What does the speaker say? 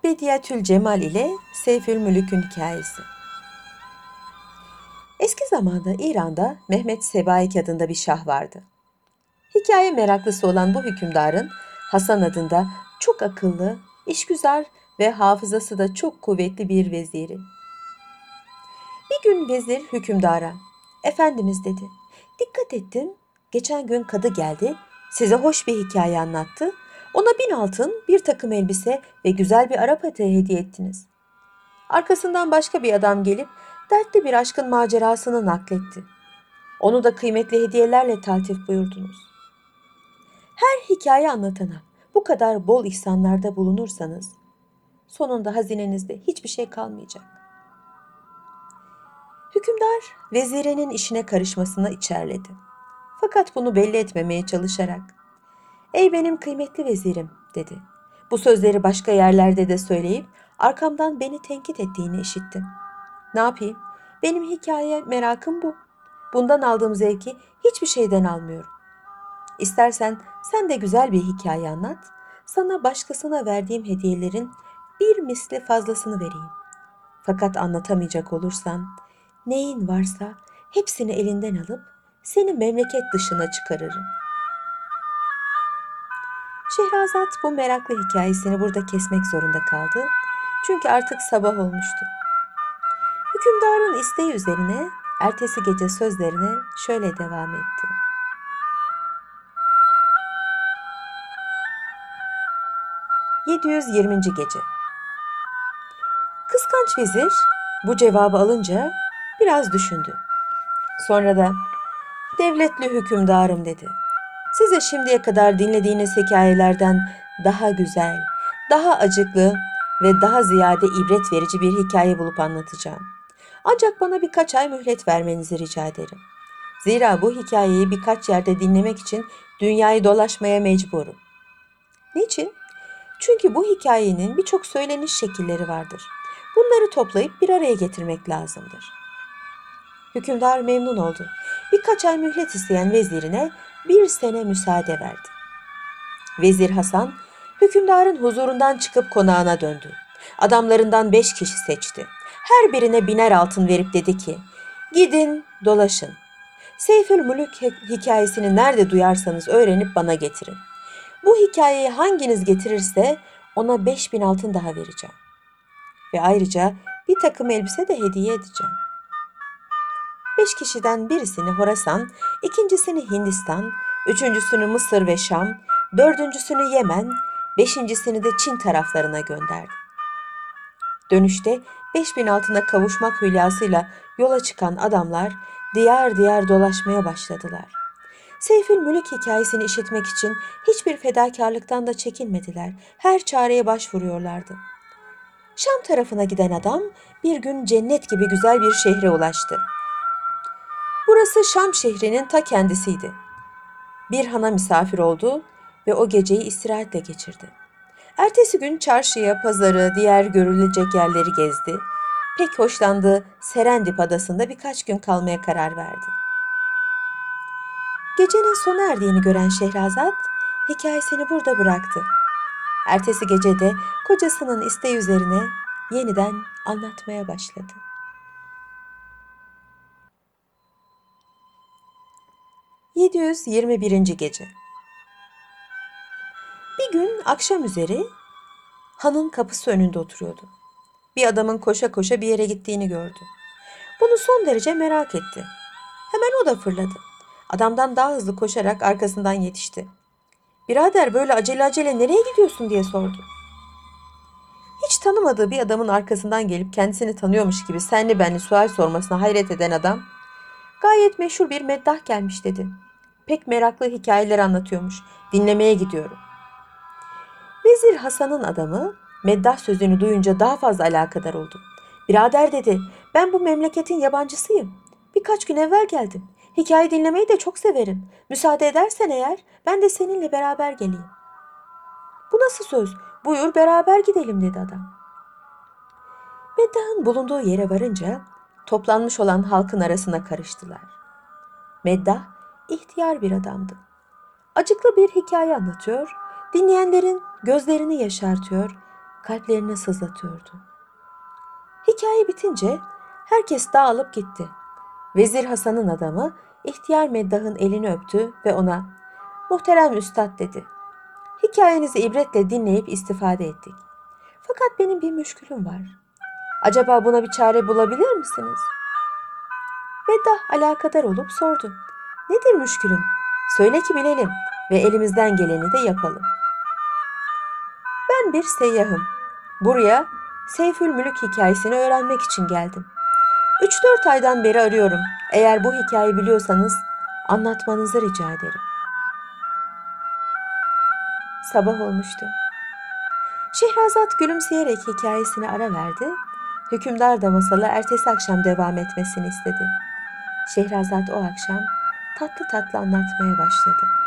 Bediü'l Cemal ile Seyfülmülük'ün hikayesi. Eski zamanda İran'da Mehmet Sebaik adında bir şah vardı. Hikaye meraklısı olan bu hükümdarın Hasan adında çok akıllı, işgüzar ve hafızası da çok kuvvetli bir veziri. Bir gün vezir hükümdara, "Efendimiz," dedi, "dikkat ettim, geçen gün kadı geldi, size hoş bir hikaye anlattı. Ona 1000 altın, bir takım elbise ve güzel bir Arap atı hediye ettiniz. Arkasından başka bir adam gelip dertli bir aşkın macerasını nakletti. Onu da kıymetli hediyelerle taltif buyurdunuz. Her hikaye anlatana bu kadar bol ihsanlarda bulunursanız sonunda hazinenizde hiçbir şey kalmayacak." Hükümdar vezirinin işine karışmasına içerledi. Fakat bunu belli etmemeye çalışarak, "Ey benim kıymetli vezirim," dedi. "Bu sözleri başka yerlerde de söyleyip arkamdan beni tenkit ettiğini işittim. Ne yapayım? Benim hikaye merakım bu. Bundan aldığım zevki hiçbir şeyden almıyorum. İstersen sen de güzel bir hikaye anlat, sana başkasına verdiğim hediyelerin bir misli fazlasını vereyim. Fakat anlatamayacak olursan neyin varsa hepsini elinden alıp seni memleket dışına çıkarırım." Şehrazat bu meraklı hikayesini burada kesmek zorunda kaldı. Çünkü artık sabah olmuştu. Hükümdarın isteği üzerine ertesi gece sözlerine şöyle devam etti. 720. Gece. Kıskanç vezir bu cevabı alınca biraz düşündü. Sonra da, "Devletli hükümdarım," dedi, "size şimdiye kadar dinlediğiniz hikayelerden daha güzel, daha acıklı ve daha ziyade ibret verici bir hikaye bulup anlatacağım. Ancak bana birkaç ay mühlet vermenizi rica ederim. Zira bu hikayeyi birkaç yerde dinlemek için dünyayı dolaşmaya mecburum." Niçin? Çünkü bu hikayenin birçok söyleniş şekilleri vardır. Bunları toplayıp bir araya getirmek lazımdır. Hükümdar memnun oldu. Birkaç ay mühlet isteyen vezirine 1 sene müsaade verdi. Vezir Hasan, hükümdarın huzurundan çıkıp konağına döndü. Adamlarından 5 kişi seçti. Her birine 1000'er altın verip dedi ki, "Gidin, dolaşın. Seyfülmülük hikayesini nerede duyarsanız öğrenip bana getirin. Bu hikayeyi hanginiz getirirse ona 5000 altın daha vereceğim. Ve ayrıca bir takım elbise de hediye edeceğim." 5 kişiden birisini Horasan, ikincisini Hindistan, üçüncüsünü Mısır ve Şam, dördüncüsünü Yemen, beşincisini de Çin taraflarına gönderdi. Dönüşte 5000 altına kavuşmak hülyasıyla yola çıkan adamlar diyar diyar dolaşmaya başladılar. Seyfülmülük hikayesini işitmek için hiçbir fedakarlıktan da çekinmediler. Her çareye başvuruyorlardı. Şam tarafına giden adam bir gün cennet gibi güzel bir şehre ulaştı. Burası Şam şehrinin ta kendisiydi. Bir hana misafir oldu ve o geceyi istirahatle geçirdi. Ertesi gün çarşıya, pazarı, diğer görülecek yerleri gezdi. Pek hoşlandığı Serendip adasında birkaç gün kalmaya karar verdi. Gecenin sona erdiğini gören Şehrazat hikayesini burada bıraktı. Ertesi gece de kocasının isteği üzerine yeniden anlatmaya başladı. 721. Gece. Bir gün akşam üzeri hanın kapısı önünde oturuyordu. Bir adamın koşa koşa bir yere gittiğini gördü. Bunu son derece merak etti. Hemen o da fırladı. Adamdan daha hızlı koşarak arkasından yetişti. "Birader, böyle acele acele nereye gidiyorsun?" diye sordu. Hiç tanımadığı bir adamın arkasından gelip kendisini tanıyormuş gibi senli benli sual sormasına hayret eden adam, "Gayet meşhur bir meddah gelmiş," dedi. "Pek meraklı hikayeler anlatıyormuş. Dinlemeye gidiyorum." Vezir Hasan'ın adamı meddah sözünü duyunca daha fazla alakadar oldu. "Birader," dedi, "ben bu memleketin yabancısıyım. Birkaç gün evvel geldim. Hikaye dinlemeyi de çok severim. Müsaade edersen eğer ben de seninle beraber geleyim." "Bu nasıl söz? Buyur beraber gidelim," dedi adam. Meddah'ın bulunduğu yere varınca toplanmış olan halkın arasına karıştılar. Meddah ihtiyar bir adamdı. Acıklı bir hikaye anlatıyor, dinleyenlerin gözlerini yaşartıyor, kalplerine sızlatıyordu. Hikaye bitince herkes dağılıp gitti. Vezir Hasan'ın adamı ihtiyar Meddah'ın elini öptü ve ona "Muhterem Üstad" dedi. "Hikayenizi ibretle dinleyip istifade ettik. Fakat benim bir müşkülüm var. Acaba buna bir çare bulabilir misiniz?" Meddah alakadar olup sordu. "Nedir müşkülün? Söyle ki bilelim ve elimizden geleni de yapalım." "Ben bir seyyahım. Buraya Seyfülmülük hikayesini öğrenmek için geldim. 3-4 aydan beri arıyorum. Eğer bu hikayeyi biliyorsanız anlatmanızı rica ederim." Sabah olmuştu. Şehrazat gülümseyerek hikayesine ara verdi. Hükümdar da masala ertesi akşam devam etmesini istedi. Şehrazat o akşam tatlı tatlı anlatmaya başladı.